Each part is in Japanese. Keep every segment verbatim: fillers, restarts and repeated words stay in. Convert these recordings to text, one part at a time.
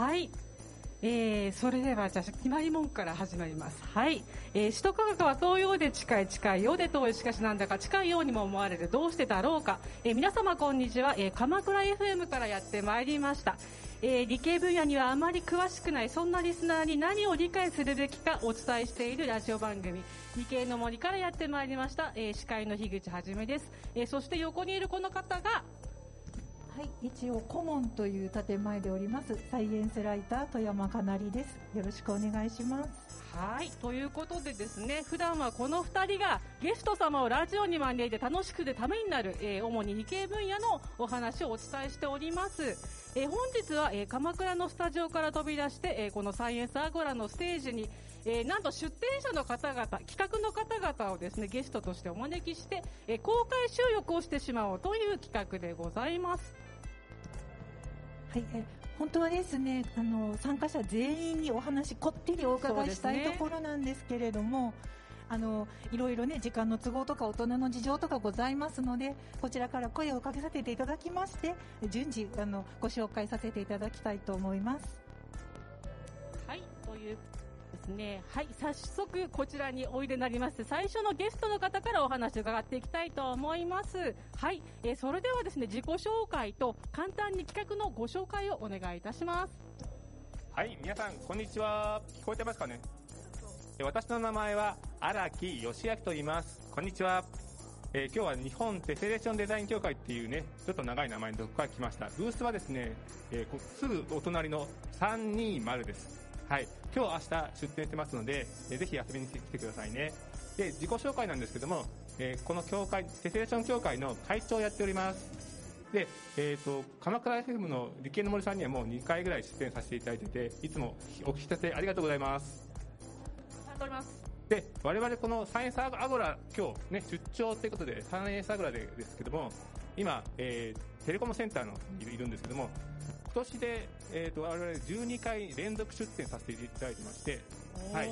はい。えー、それではじゃあ決まり文句から始まります。はい。えー、首都科学は遠いようで近い、近いようで遠い、しかしなんだか近いようにも思われる、どうしてだろうか。えー、皆様こんにちは。えー、鎌倉 エフエム からやってまいりました。えー、理系分野にはあまり詳しくない、そんなリスナーに何を理解するべきかお伝えしているラジオ番組、理系の森からやってまいりました。えー、司会の樋口はじめです。えー、そして横にいるこの方が、 はい、一応顧問という建前でおりますサイエンスライター富山かなりです。よろしくお願いします。 はい、ということでですね、普段はこのふたりがゲスト様をラジオに招いて楽しくてためになる、えー、主に理系分野のお話をお伝えしております。えー、本日は、えー、鎌倉のスタジオから飛び出して、えー、このサイエンスアゴラのステージに、えー、なんと出展者の方々、企画の方々をですね、ゲストとしてお招きして、えー、公開収録をしてしまおうという企画でございます。 はい、え本当はですね、あの参加者全員にお話こってりお伺いしたいところなんですけれども、あのいろいろね時間の都合とか大人の事情とかございますので、こちらから声をかけさせていただきまして順次あのご紹介させていただきたいと思います。 はい、というですね、はい、早速こちらにおいでになります最初のゲストの方からお話を伺っていきたいと思います。はい、えー、それではですね、自己紹介と簡単に企画のご紹介をお願いいたします。 はい、皆さんこんにちは。聞こえてますかね。私の名前は荒木義明と言います。こんにちは。えー、今日は日本テセレーションデザイン協会っていうね、ちょっと長い名前のとこから来ました。ブースはですね、えー、すぐお隣のさんにーまるです。はい、今日明日出展してますので、えー、ぜひ遊びに来てくださいね。で、自己紹介なんですけども、えー、この協会、テセレーション協会の会長をやっております。で、えっと、鎌倉 エフエム の理系の森さんにはもうにかいぐらい出演させていただいてて、いつもお聞き立てありがとうございます。 ありがとうございます。 で、我々このサイエンスアゴラ、今日ね、出張ということで、サイエンスアゴラでですけども、今、えー、テレコムセンターのいるんですけども、今年で、えっと、我々じゅうにかい連続出展させていただいてまして、はい。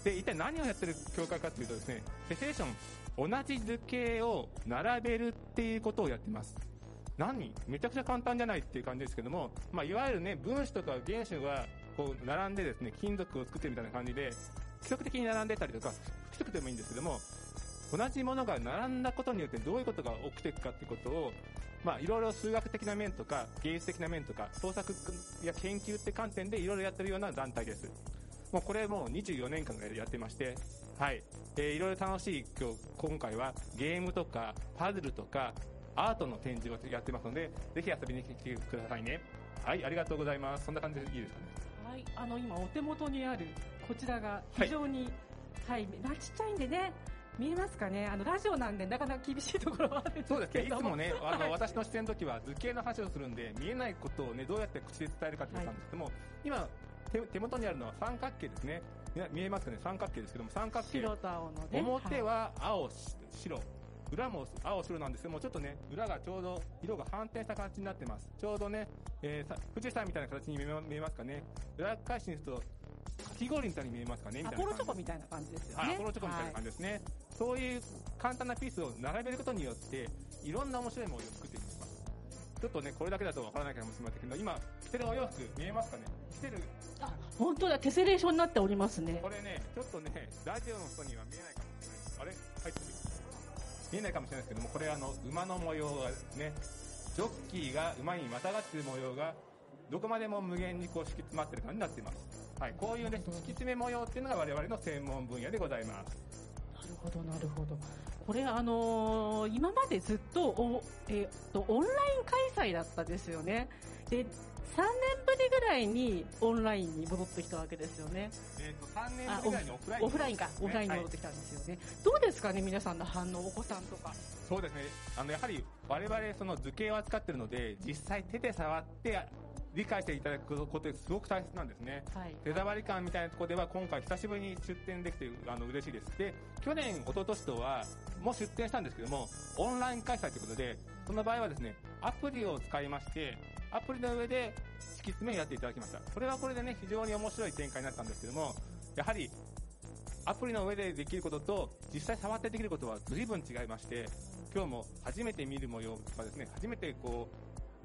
で、一体何をやってる協会かというとですね、テセレーション、同じ図形を並べるっていうことをやってます。何めちゃくちゃ簡単じゃないっていう感じですけども、まあ、いわゆるね、分子とか原子がこう並んでですね、金属を作ってるみたいな感じで、規則的に並んでたりとか、不規則でもいいんですけども、同じものが並んだことによってどういうことが起きていくかっていうことを、まあ、いろいろ数学的な面とか、芸術的な面とか、創作や研究って観点でいろいろやってるような団体です。もうこれもうにじゅうよねんかんぐらいやってまして、はい。えー、いろいろ楽しい今日、今回はゲームとか、パズルとか、アートの展示をやってますので、ぜひ遊びに来てくださいね。はい、ありがとうございます。そんな感じでいいですかね。 はい、あの今お手元にあるこちらが非常に、はい、はい、まあ、ちっちゃいんでね、見えますかね。あのラジオなんでなかなか厳しいところはあるんですけど。 そうですね。いつもね、あの、 はい、私の出演の時は図形の話をするんで、見えないことをね、どうやって口で伝えるかって言ったんですけども、はい、今手、手元にあるのは三角形ですね。見えますかね。三角形ですけども、三角形。 白と青のね。 表は青、はい、白。裏も青白なんですけども、ちょっとね、裏がちょうど色が反転した形になってます。ちょうどね、えー、富士山みたいな形に見えますかね。裏返しにすると、かき氷みたいに見えますかね。みたいなアポロチョコみたいな感じですよね。 アポロチョコみたいな感じですね。はい、そういう簡単なピースを並べることによって、いろんな面白い模様を作っていきます。ちょっとね、これだけだとわからないかもしれませんけど、今、着てるお洋服見えますかね。着てる。 あ、本当だ、テセレーションになっておりますね。 これね、ちょっとね、ラジオの人には見えないかもしれないです。あれ入ってる。見えないかもしれないですけども、これあの馬の模様がね、ジョッキーが馬にまたがっている模様がどこまでも無限にこう敷き詰まっている感じになっています。はい、こういうね敷き詰め模様っていうのが我々の専門分野でございます。 なるほどなるほど。これあのー、今までずっとお、えー、っとオンライン開催だったですよね。でさんねんぶりぐらいにオンラインに戻ってきたわけですよね。 えー、とさんねんぶりぐらいにオフライン、 オフラインか、オフラインに戻ってきたんですよね。はい、どうですかね、皆さんの反応、お子さんとか。 そうですね。あのやはり我々その図形を扱っているので、実際手で触って理解していただくことってすごく大切なんですね。はい、手触り感みたいなところでは今回久しぶりに出展できてあの嬉しいです。で、去年一昨年とはもう出展したんですけども、オンライン開催ということで、その場合はですね、アプリを使いまして、アプリの上で敷き詰めやっていただきました。これはこれでね、非常に面白い展開になったんですけども、やはりアプリの上でできることと実際触ってできることは随分違いまして、今日も初めて見る模様とかですね、初めてこう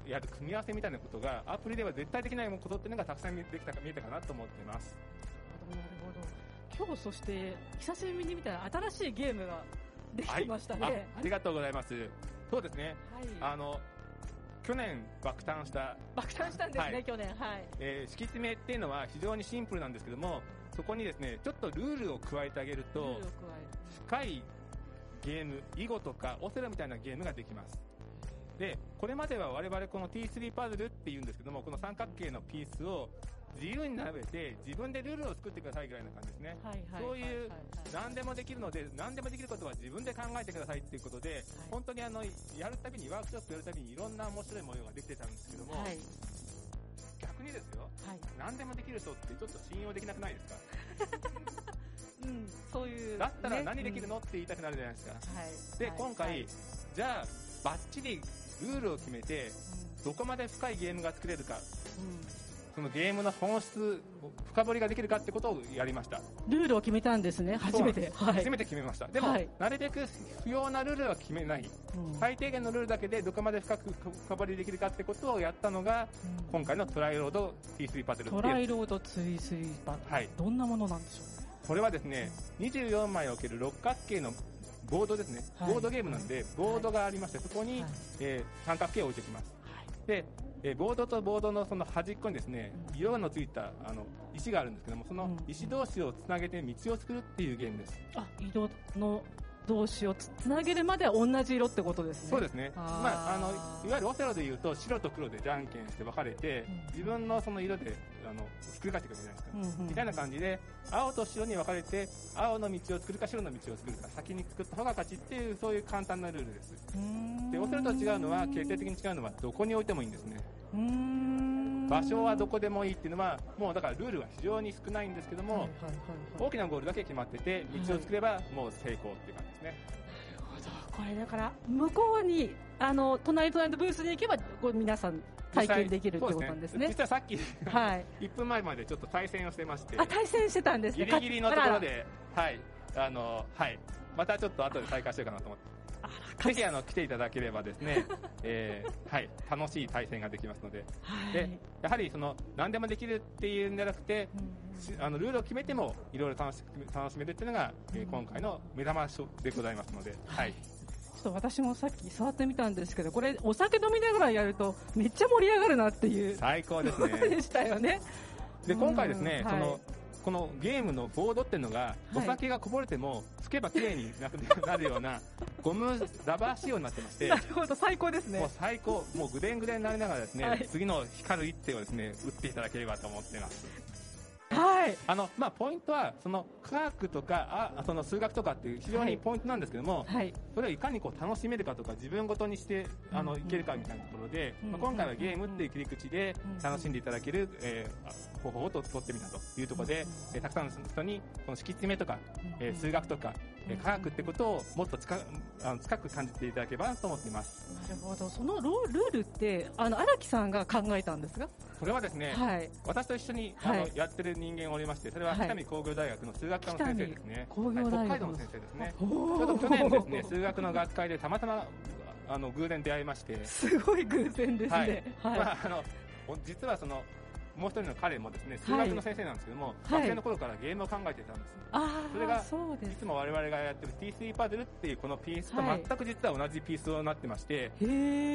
やる組み合わせみたいなことがアプリでは絶対できないことっていうのがたくさん見えてきたか見えたかなと思っています。 なるほど。今日そして久しぶりに見たら新しいゲームができましたね。 はい、あ, ありがとうございます。そうですね、 はい、 あの去年爆誕した爆誕したんですね、 はい、 去年、はい、 えー、敷き詰めっていうのは非常にシンプルなんですけども、そこにですねちょっとルールを加えてあげると深いゲーム、囲碁とかオセロみたいなゲームができます。でこれまでは我々この ティースリー パズルっていうんですけども、この三角形のピースを自由に並べて自分でルールを作ってくださいぐらいな感じですね。 はいはい、 そういう何でもできるので、何でもできることは自分で考えてくださいっていうことで、はい、本当にあのやるたびにワークショップやるたびにいろんな面白い模様ができてたんですけども、はい、逆にですよ、はい、何でもできる人ってちょっと信用できなくないですか？ うん、そういう、 だったら何できるの、うん、って言いたくなるじゃないですか。はい、で、はい、今回、はい、じゃあバッチリルールを決めて、うん、どこまで深いゲームが作れるか、うん、そのゲームの本質深掘りができるかってことをやりました。 ルールを決めたんですね、初めて、 はい、初めて決めました。でも、はい、なるべく不要なルールは決めない、うん、最低限のルールだけでどこまで深く深掘りできるかってことをやったのが、うん、今回のトライロード ティースリー パズルっていう。 トライロード ティースリー パズル、はい、どんなものなんでしょう。 これはですね、にじゅうよんまいを置ける六角形のボードですね、はい、ボードゲームなんで、ボードがありまして、そこに、はい、えー、三角形を置いてきます。はい、で、えー、ボードとボードのその端っこにですね、色のついたあの石があるんですけども、その石同士をつなげて道を作るっていうゲームです。 あ、色の同士を つ, つなげるまでは同じ色ってことですね。 そうですね。あ、まあ、あのいわゆるオセロでいうと白と黒でじゃんけんして分かれて、うん、自分のその色であの作り変えていくじゃないですか、うんうん、みたいな感じで青と白に分かれて青の道を作るか白の道を作るか先に作った方が勝ちっていう、そういう簡単なルールです。でオセロと違うのは、決定的に違うのはどこに置いてもいいんですね。うーん、場所はどこでもいいっていうのはもうだからルールは非常に少ないんですけども、はいはいはいはい、大きなゴールだけ決まってて道を作ればもう成功っていう感じですね。 なるほど。これだから向こうにあの隣隣のブースに行けばこう皆さん体験できるってことなんですね。 実はさっき、はい、いっぷんまえまでちょっと対戦をしてまして、 あ、対戦してたんですね。 ギリギリのところで、はい、あのはい、またちょっと後で再開しようかなと思って。ぜひあの来ていただければですね、えーはい、楽しい対戦ができますので、はい、でやはりその何でもできるっていうんじゃなくて、うん、あのルールを決めてもいろいろ楽し楽しめるっていうのが、うん、えー、今回の目玉でございますので、はい、ちょっと私もさっき触ってみたんですけど、これお酒飲みながらやるとめっちゃ盛り上がるなっていう最高ですねでしたよね。 で今回ですね、うん、その、はい、このゲームのボードっていうのが、お酒がこぼれてもつけばきれいになるようなゴムラバー仕様になってまして、 なるほど、最高ですね。 もう最高、もうぐでんぐでんになりながらですね、はい、次の光る一手をですね打っていただければと思っています。 はい、 あのまあ、ポイントはその科学とかあその数学とかっていう非常にポイントなんですけども、はい、それをいかにこう楽しめるかとか自分ごとにしてあのいけるかみたいなところで、まあ、今回はゲームっていう切り口で楽しんでいただける、えー、方法をと取ってみたというところで、えー、たくさんの人にこの敷き詰めとか、えー、数学とか、えー、科学ってことをもっと近あの近く感じていただければと思っています。 なるほど。そのルールってあの荒木さんが考えたんですか？ これはですね、はい、私と一緒にあの、はい、やってる人間がおりまして、それは北見工業大学の数学科の先生ですね。 工業大学、 はい、北海道の先生ですね。ちょうど去年ですね、数学の学会でたまたまあの偶然出会いまして、 すごい偶然ですね。はい、 はいまあ、あの実はそのもう一人の彼もですね、数学の先生なんですけども、はい、学生の頃からゲームを考えてたんです。はい、それがいつも我々がやってる ティースリー パズルっていうこのピースと全く実は同じピースになってまして、はい、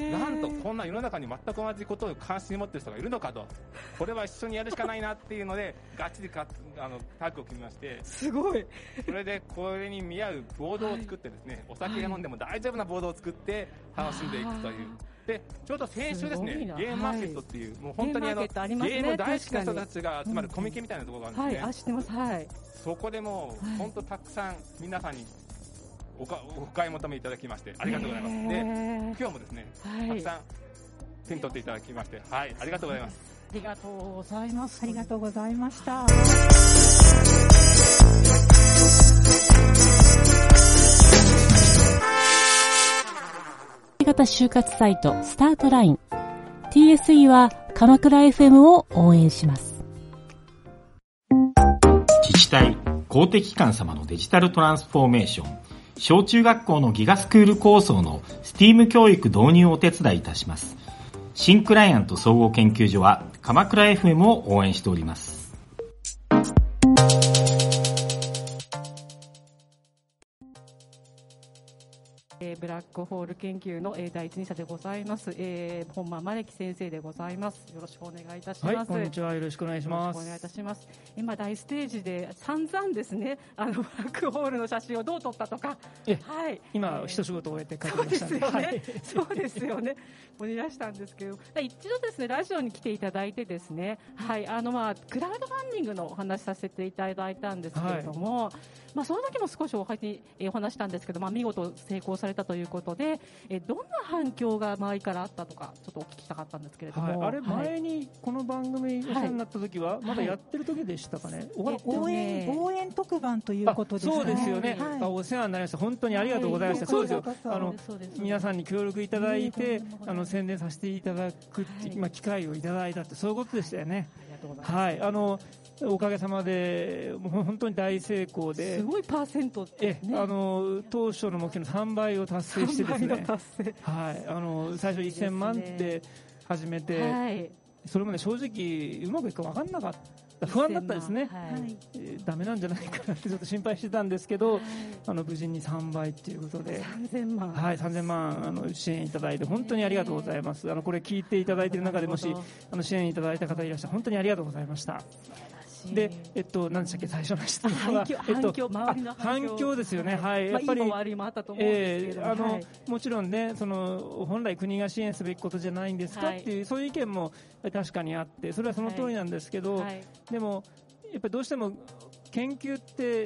なんとこんな世の中に全く同じことを関心を持っている人がいるのかと、これは一緒にやるしかないなっていうのでガチでかあのタッグを組みまして、 すごい。 それでこれに見合うボードを作ってですね、はい、お酒が飲んでも大丈夫なボードを作って楽しんでいくという。でちょうど先週ですね、ゲームマーケットっていう、はい、もう本当にあのゲー、ね、ゲーム大好きな人たちが集まるコミケみたいなところがあるんですね。 はい、あ、知ってます。はい。 そこでもう、はい、本当たくさん皆さんにおかお買い求めいただきましてありがとうございます。で今日もですね、はい、たくさん手に取っていただきまして、はい、ありがとうございます。 ありがとうございます。 ありがとうございました。 型就活サイトスタートライン ティーエスイー は鎌倉 エフエム を応援します。 自治体、公的機関様のデジタルトランスフォーメーション、小中学校のギガスクール構想の スティーム 教育導入をお手伝いいたします。 新クライアント総合研究所は鎌倉 エフエム を応援しております。 ブラックホール研究の第一人者でございます、えー、本間真樹先生でございます。よろしくお願いいたします。 はい、こんにちは。よろしくお願いします。 よろしくお願いいたします。今大ステージで散々ですね、あのブラックホールの写真をどう撮ったとか、 え、 はい、 今、えー、一仕事を終えて帰ってきましたので、 そうですよね、はい、そうですよね。お願いしたんですけど、一度ですねラジオに来ていただいてですね、はい、あのまあクラウドファンディングのお話させていただいたんですけれども、はい、まあその時も少しお話お話したんですけど、まあ見事成功されたということで。えどんな反響が周りからあったとかちょっとお聞きしたかったんですけれども、 はい、あれ前にこの番組お世話になった時は、はい、まだやってる時でしたかね、はい、 応援応援特番ということですね。 そうですよね、はい、お世話になりました。本当にありがとうございました、はい、そうですよ。あの皆さんに協力いただいて、あの宣伝させていただく、はい、まあ、機会をいただいたってそういうことでしたよね。はい、あのおかげさまでもう本当に大成功で、 すごいパーセント、ね、 えあの当初の目標のさんばいを達成してですね、はい、あの最初せんまんで始めて、はい、それまで正直うまくいくか分からなかった不安だったですね、はい、えー、ダメなんじゃないかなってちょっと心配してたんですけど、はい、あの無事にさんばいということでさんぜんまん、 はい、さんぜんまんあの支援いただいて本当にありがとうございます。あのこれ聞いていただいている中でもしあの支援いただいた方いらっしゃる本当にありがとうございました。で、えっと、何でしたっけ、最初の質問は、 反響、周りの反響、反響ですよね、はい、やっぱり、 まあ、いいも悪いもあったと思うんですけど、えーあのはい、 もちろんね、その本来国が支援すべきことじゃないんですか、はい、っていうそういう意見も確かにあって、それはその通りなんですけど、はいはい、でもやっぱりどうしても研究って、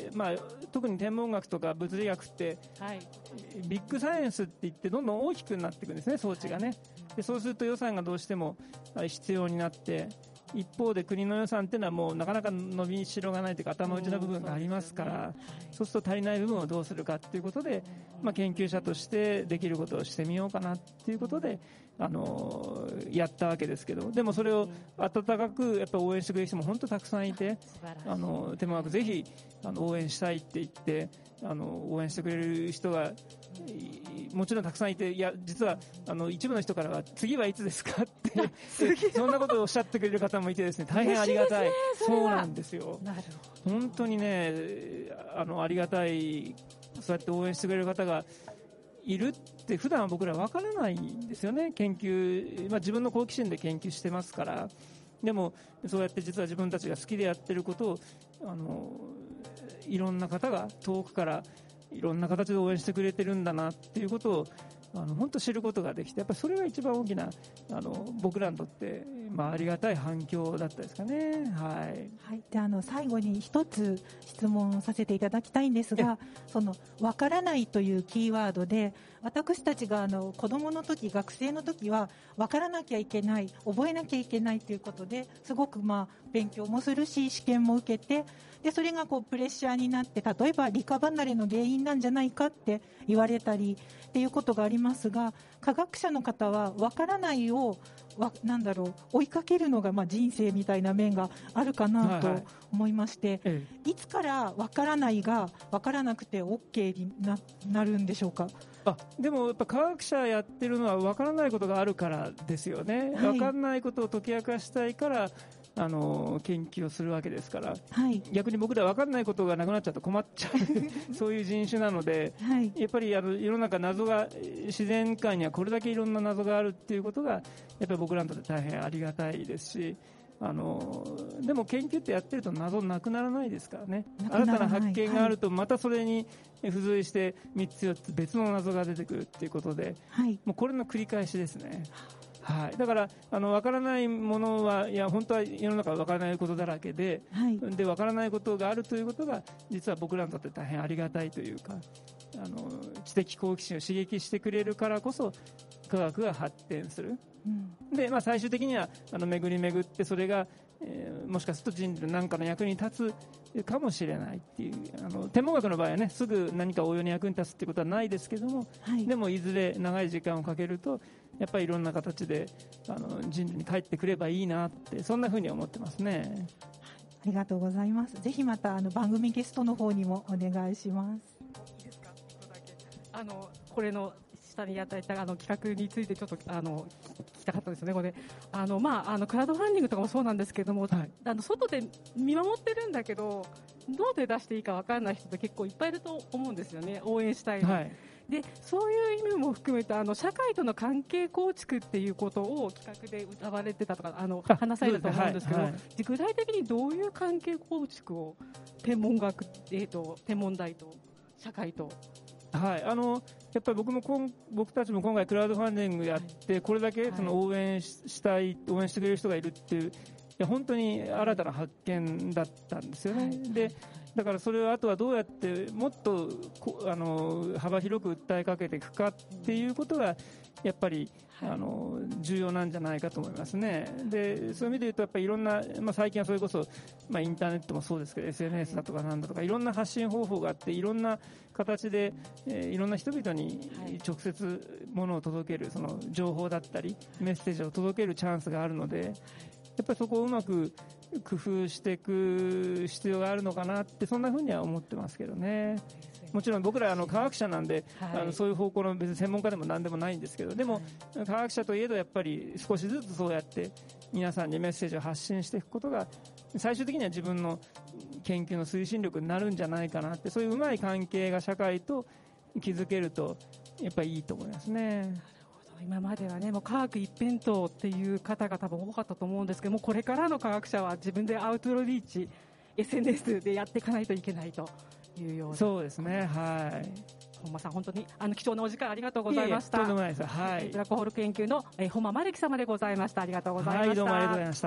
まあ、特に天文学とか物理学って、はい、ビッグサイエンスって言ってどんどん大きくなっていくんですね、装置がね。でそうすると予算がどうしても必要になって、一方で国の予算っていうのはもうなかなか伸びしろがないというか頭打ちな部分がありますから、そうすると足りない部分をどうするかということで、まあ、研究者としてできることをしてみようかなということで、あのやったわけですけど、でもそれを温かくやっぱ応援してくれる人も本当たくさんいて、あの天文学ぜひあの応援したいって言ってあの応援してくれる人がもちろんたくさんいて、いや実はあの一部の人からは次はいつですかってそんなことをおっしゃってくれる方もいてですね、大変ありがたい。そうなんですよ。なるほど。本当にね、あのありがたい。そうやって応援してくれる方がいるって普段は僕ら分からないんですよね。研究、まあ、自分の好奇心で研究してますから。でもそうやって実は自分たちが好きでやってることをあのいろんな方が遠くからいろんな形で応援してくれてるんだなっていうことをあの本当知ることができて、やっぱりそれが一番大きなあの僕らにとって、まあ、ありがたい反響だったですかね。はい、 はい、であの最後に一つ質問させていただきたいんですが、その分からないというキーワードで私たちがあの子どもの時学生の時は分からなきゃいけない、覚えなきゃいけないということですごくまあ勉強もするし試験も受けて、でそれがこうプレッシャーになって、例えば理科離れの原因なんじゃないかって言われたりっていうことがありますが、科学者の方は分からないをわなんだろう追いかけるのがまあ人生みたいな面があるかなと思いまして、はいはい、いつから分からないが分からなくて OK に な, なるんでしょうか。 あでもやっぱ科学者やってるのは分からないことがあるからですよね、はい、分からないことを解き明かしたいからあの研究をするわけですから、はい、逆に僕ら分からないことがなくなっちゃうと困っちゃうそういう人種なので、はい、やっぱりあの世の中謎が自然界にはこれだけいろんな謎があるっていうことがやっぱり僕らにとって大変ありがたいですし、あのでも研究ってやってると謎なくならないですからね。新たな発見があるとまたそれに付随してみっつよっつ別の謎が出てくるっていうことで、はい、もうこれの繰り返しですね。はい、だからあの分からないものはいや本当は世の中は分からないことだらけで、はい、で分からないことがあるということが実は僕らにとって大変ありがたいというか、あの知的好奇心を刺激してくれるからこそ科学が発展する、うん、で、まあ、最終的にはあの巡り巡ってそれが、えー、もしかすると人類の何かの役に立つかもしれないっていう、あの天文学の場合はねすぐ何か応用に役に立つってことはないですけども、はい、でもいずれ長い時間をかけるとやっぱりいろんな形であの人類に帰ってくればいいなって、そんなふうに思ってますね。 ありがとうございます。ぜひまたあの番組ゲストの方にもお願いします。 いいですか、一個だけあのこれの下にやっていたあの企画についてちょっとあの聞きたかったですね。これあの、まあ、あのクラウドファンディングとかもそうなんですけども、はい、あの外で見守ってるんだけどどう手出していいか分からない人って結構いっぱいいると思うんですよね。応援したいの、はい、でそういう意味も含めてあの社会との関係構築っていうことを企画で歌われてたとかあの話されたと思うんですけど、はいはい、具体的にどういう関係構築を天文学、えー、と天文台と社会とはい、あのやっぱり僕もこん僕たちも今回クラウドファンディングやって、はい、これだけその応援したい応援してくれる人がいるっていういや本当に新たな発見だったんですよね、はい、でだからそれをあとはどうやってもっとあの幅広く訴えかけていくかっていうことがやっぱり、はい、あの重要なんじゃないかと思いますね。でそういう意味で言うとやっぱりいろんな、まあ、最近はそれこそ、まあ、インターネットもそうですけど エスエヌエス だとかなんだとかいろんな発信方法があっていろんな形で、えー、いろんな人々に直接ものを届けるその情報だったりメッセージを届けるチャンスがあるのでやっぱりそこをうまく工夫していく必要があるのかなってそんな風には思ってますけどね。もちろん僕らあの科学者なんで、はい、あのそういう方向の別に専門家でも何でもないんですけどでも、はい、科学者といえどやっぱり少しずつそうやって皆さんにメッセージを発信していくことが最終的には自分の研究の推進力になるんじゃないかなってそういううまい関係が社会と築けるとやっぱりいいと思いますね。 今まではねもう科学一辺倒っていう方が多分多かったと思うんですけどもこれからの科学者は自分でアウトロリーチ エスエヌエス でやっていかないといけないというようなそうですねはい本間さん本当にあの貴重なお時間ありがとうございました。 いえいえとんでもないです、はい、 ブラックホール研究の、えー、本間真理様でございました。ありがとうございました。 はいどうもありがとうございました。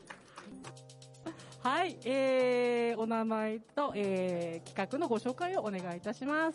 はい、えー、お名前と、えー、企画のご紹介をお願いいたします。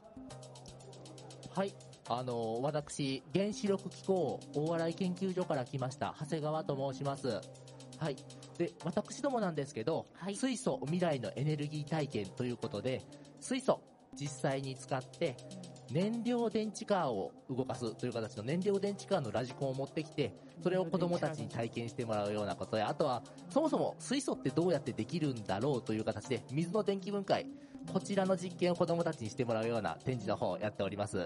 はいあの私原子力機構大洗研究所から来ました長谷川と申します。はい、で私どもなんですけど、はい、水素未来のエネルギー体験ということで水素実際に使って燃料電池カーを動かすという形の燃料電池カーのラジコンを持ってきてそれを子どもたちに体験してもらうようなことやあとはそもそも水素ってどうやってできるんだろうという形で水の電気分解こちらの実験を子どもたちにしてもらうような展示の方をやっております。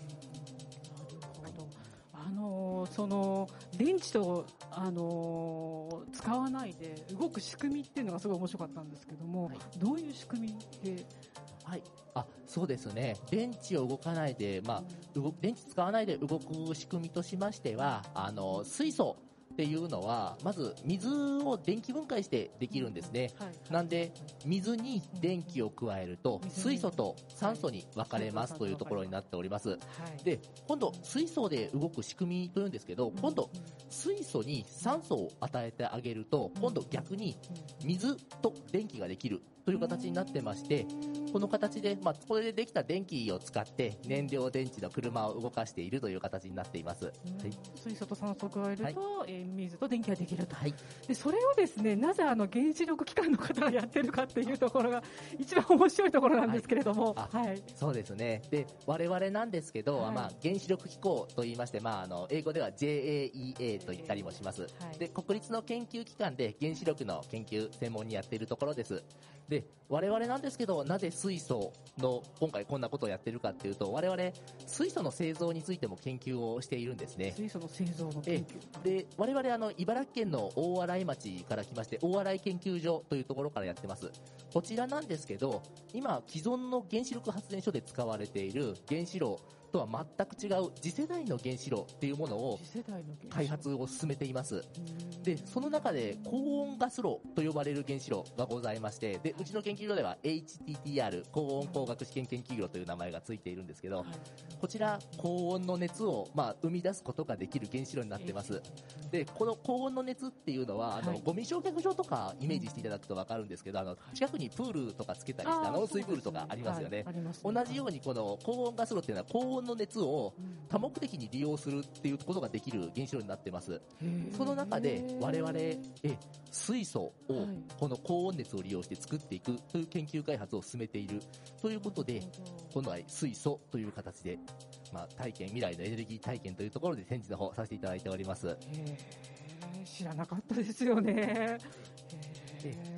あのー、その電池と、あのー、使わないで動く仕組みっていうのがすごい面白かったんですけども、はい、どういう仕組みではい、あそうですね電池を動かないで、まあ、動電池使わないで動く仕組みとしましてはあの水素っていうのはまず水を電気分解してできるんですね、はいはい、なんで水に電気を加えると水素と酸素に分かれますというところになっております、はい、で今度水素で動く仕組みというんですけど今度水素に酸素を与えてあげると今度逆に水と電気ができるという形になってましてこの形で、まあ、これでできた電気を使って燃料電池の車を動かしているという形になっています、はい、 水素と酸素を加えると、はいえー、水と電気ができると、 はい、 でそれをですねなぜあの原子力機関の方がやってるかっていうところが一番面白いところなんですけれども、 はいはい、そうですねで我々なんですけど、はいまあ、原子力機構といいまして、まあ、あの英語では ジェイエーイーエー と言ったりもします、はい、で国立の研究機関で原子力の研究専門にやっているところです。で我々なんですけどなぜ水素の今回こんなことをやってるかっていうと我々水素の製造についても研究をしているんですね。 水素の製造の研究で我々あの茨城県の大洗町から来まして大洗研究所というところからやってます。こちらなんですけど今既存の原子力発電所で使われている原子炉とは全く違う次世代の原子炉っていうものを開発を進めています。でその中で高温ガス炉と呼ばれる原子炉がございましてでうちの研究所では エイチティーティーアール 高温光学試験研究炉という名前がついているんですけど、はい、こちら高温の熱を、まあ、生み出すことができる原子炉になってます。でこの高温の熱っていうのはあの、はい、ゴミ焼却場とかイメージしていただくと分かるんですけどあの近くにプールとかつけたりしてあの温水プールとかありますよね、はい、同じようにこの高温ガス炉っていうのは高温の熱を多目的に利用するっていうことができる原子炉になってます。その中で我々え水素をこの高温熱を利用して作っていくという研究開発を進めているということで今度は水素という形で、まあ、体験未来のエネルギー体験というところで展示の方させていただいております。 へー知らなかったですよね。 で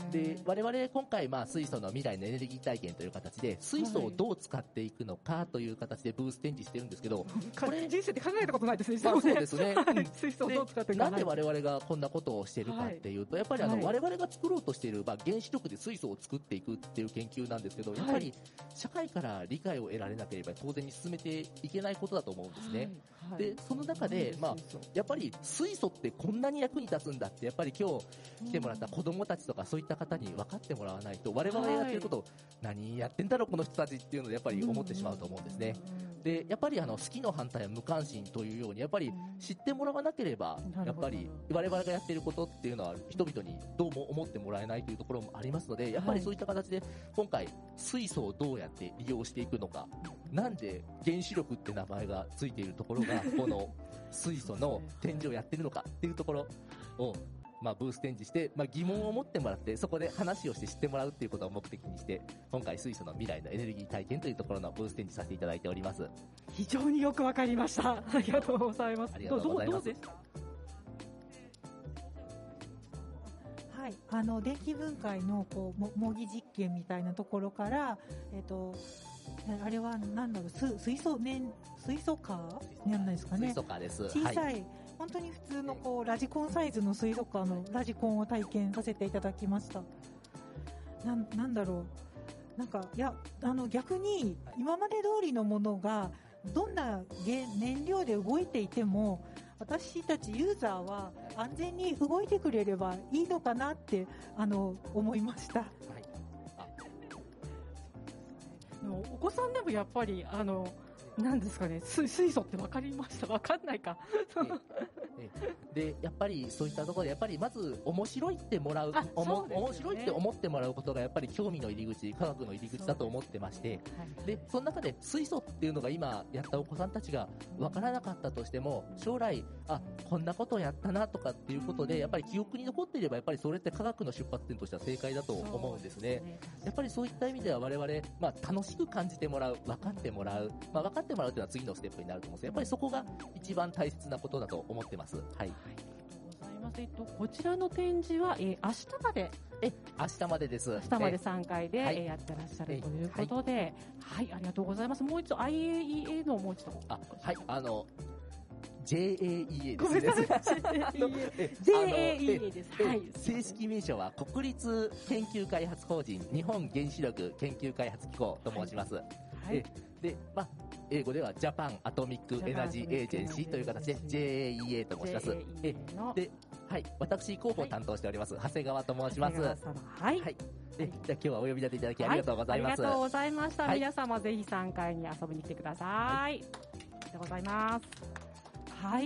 で我々今回、まあ、水素の未来のエネルギー体験という形で水素をどう使っていくのかという形でブース展示してるんですけど、 これ人生で考えたことないですね。 まあ、そうですね、 はい、水素をどう使っていくか。 なんで我々がこんなことをしてるかっていうと、やっぱりあの、はい、我々が作ろうとしている、まあ、原子力で水素を作っていくっていう研究なんですけど、やっぱり社会から理解を得られなければ当然に進めていけないことだと思うんですね。はいはい、でその中で、まあ、やっぱり水素ってこんなに役に立つんだってやっぱり今日来てもらった子どもたちとかそういった方に分かってもらわないと我々がやってることを何やってんだろうこの人たちっていうのでやっぱり思ってしまうと思うんですね。でやっぱりあの好きの反対は無関心というようにやっぱり知ってもらわなければやっぱり我々がやっていることっていうのは人々にどうも思ってもらえないというところもありますのでやっぱりそういった形で今回水素をどうやって利用していくのか、なんで原子力って名前がついているところがこの水素の展示をやってるのかっていうところをまあ、ブース展示して、まあ、疑問を持ってもらってそこで話をして知ってもらうということを目的にして今回水素の未来のエネルギー体験というところのブース展示させていただいております。 非常によくわかりました。ありがとうございます。 ありがとうございます。 はい、あの電気分解のこう模擬実験みたいなところから、えっとあれはなんだろうす水素燃水素カーなんですかね。 水素カーです。 小さい、はい、本当に普通のこうラジコンサイズの水素カーのラジコンを体験させていただきました。な ん, なんだろうなんかいやあの逆に今まで通りのものがどんな燃料で動いていても私たちユーザーは安全に動いてくれればいいのかなってあの思いました。はい、 でもお子さんでもやっぱりあのなんですかね、水素って分かりました？分かんないか。 ええでやっぱりそういったところでやっぱりまず面白いってもらう、おも、面白いって思ってもらうことがやっぱり興味の入り口、科学の入り口だと思ってまして、そ で, はい、でその中で水素っていうのが今やったお子さんたちが分からなかったとしても将来あこんなことをやったなとかっていうことでやっぱり記憶に残っていればやっぱりそれって科学の出発点としては正解だと思うんですね。やっぱりそういった意味では我々、まあ、楽しく感じてもらう、分かってもらう、まあ、分かってもらうというのは次のステップになると思うんですけどやっぱりそこが一番大切なことだと思ってます。はい。 えっと、こちらの展示は、えー、明日までえ明日までです。 明日までさんかいで、はい、えー、やってらっしゃるということで、はい、はい、ありがとうございます。もう一度 アイエーイーエー のもう一度あはいあの ジェーエーイーエー ですね。 ごめんなさい。ジェーエーイーエー です。はい。 正式名称は国立研究開発法人日本原子力研究開発機構と申します。はい。で、まあ、英語ではジャパンアトミックエナジーエージェンシーという形で ジェーエーイーエー と申します。えで、はい、私広報を担当しております、はい、長谷川と申します。 はい。はい。 で、じゃあ今日はお呼び立ていただきありがとうございます。 はい、ありがとうございました。はい、皆様ぜひさんかいに遊びに来てください。はい、ありがとうございます。はい。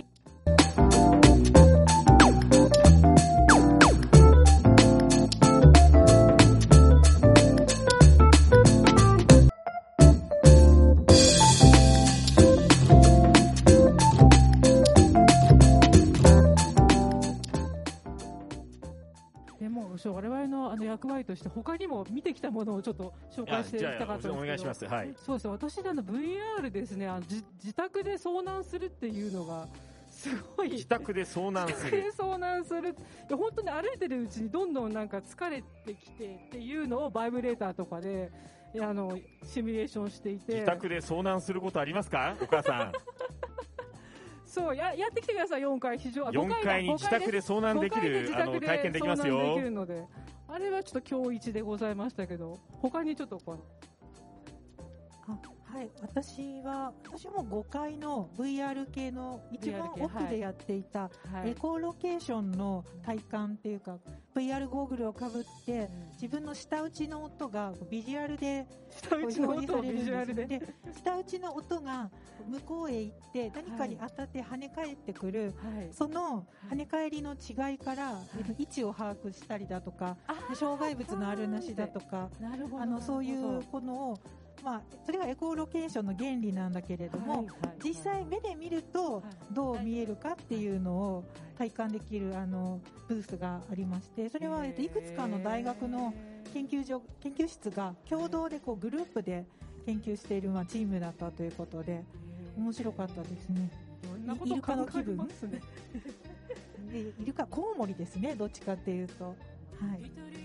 我々のあの役割として他にも見てきたものをちょっと紹介していきたかったんですけど、 お願いします。はい。 そうです。私あの ブイアール ですね、あの自自宅で遭難するっていうのがすごい。 自宅で遭難する。 自宅で遭難する。いや本当に歩いてるうちにどんどんなんか疲れてきてっていうのをバイブレーターとかでいやあのシミュレーションしていて。 自宅で遭難することありますか、お母さん。 そう や, やってきてください。よんかい非常よんかいに自宅で遭難できるあの体験できますよ。 できるのであれはちょっと今日一でございましたけど他にちょっとこのあはい私は私もごかいの ブイアール 系の一番奥でやっていた、はい、エコーロケーションの体感っていうか ブイアール ゴーグルをかぶって、うん、自分の舌打ちの音がビジュアルで表示されるんですでで舌打ちの音が向こうへ行って何かに当たって跳ね返ってくる、はい、その跳ね返りの違いから、はい、位置を把握したりだとか、はい、障害物のあるなしだとかあのそういうこのをまあ、それがエコーロケーションの原理なんだけれども、はいはいはい、実際目で見るとどう見えるかっていうのを体感できるあのブースがありましてそれは、えっと、いくつかの大学の研究所研究室が共同でこうグループで研究している、まあ、チームだったということで面白かったですね。イルカの気分イルカコウモリですねどっちかっていうと、はい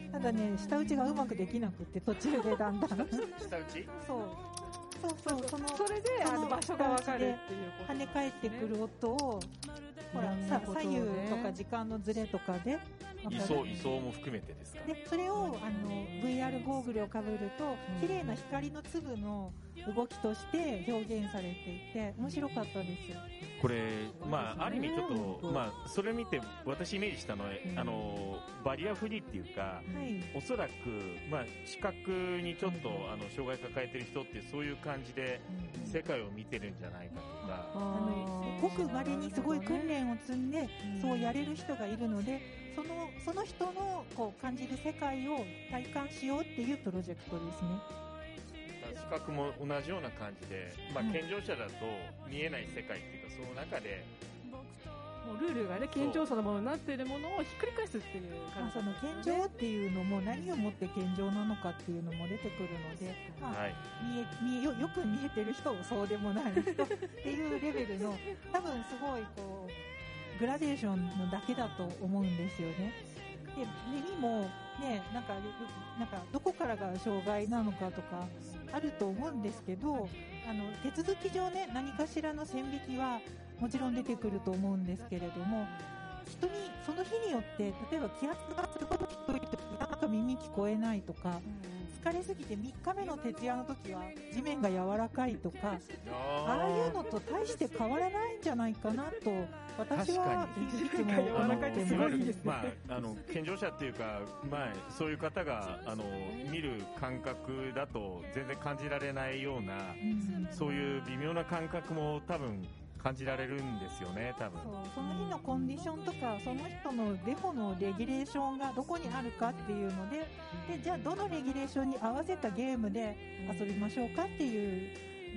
ただね、下打ちがうまくできなくって途中でだんだん下打ちそうそうそうそのそれであの場所が分かるっていうこと、 跳ね返ってくる音をほらさ左右とか時間のずれとかで位相位相も含めてですか。 でそれをあの ブイアール ゴーグルをかぶると綺麗な光の粒の動きとして表現されていて面白かったです。 これ、まあ、ある意味ちょっと、まあ、それ見て私イメージしたのは、あのバリアフリーっていうか、はい、おそらく、まあ、視覚にちょっとあの障害抱えてる人ってそういう感じで世界を見てるんじゃないかとか、 あのごく稀にすごい訓練を積んでそうやれる人がいるので、そのその人のこう感じる世界を体感しようっていうプロジェクトですね。 視覚も同じような感じで、まあ、健常者だと見えない世界っていうか、その中でもうルールがね、健常者のものになっているものをひっくり返すっていう感じ、 まあ、その健常っていうのも何をもって健常なのかっていうのも出てくるので、まあはい、見え見え よ, よく見えてる人もそうでもない人っていうレベルの多分すごいこうグラデーションのだけだと思うんですよね。で耳もね、なんかなんかどこからが障害なのかとかあると思うんですけど、あの手続き上ね、何かしらの線引きはもちろん出てくると思うんですけれども、人にその日によって例えば気圧がすごく低いときなんか耳聞こえないとか、疲れすぎてみっかめの徹夜の時は地面が柔らかいとか、ああいうのと大して変わらないんじゃないかなと私はいつも思ってます。 まあ、あの健常者っていうか、まあ、そういう方があの見る感覚だと全然感じられないような、うん、そういう微妙な感覚も多分感じられるんですよね、多分。 そう、その日のコンディションとか、その人のデフォのレギュレーションがどこにあるかっていうので、でじゃあどのレギュレーションに合わせたゲームで遊びましょうかっていう、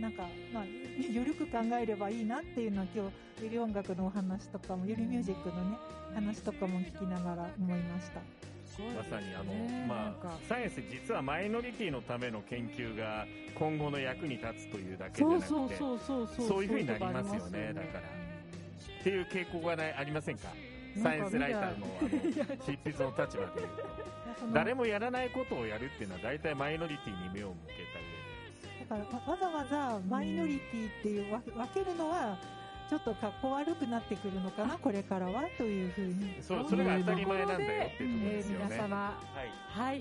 なんか、まあ、緩く考えればいいなっていうのは今日ゆり音楽のお話とかも、ゆりミュージックのね話とかも聞きながら思いました。 まさにあの、まあ、サイエンス実はマイノリティのための研究が今後の役に立つというだけじゃなくて、そういうふうになりますよね。だからっていう傾向がないありませんか。サイエンスライターのあの執筆の立場でいうと誰もやらないことをやるっていうのは大体マイノリティに目を向けた上で、 だからわざわざマイノリティっていう分けるのはちょっとかっこ悪くなってくるのかな、これからはというふうに。 そう、それが当たり前なんだよっていうところですよね。 皆様、はい、はい。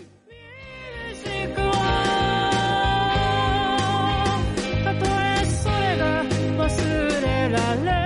たとえそれが忘れられ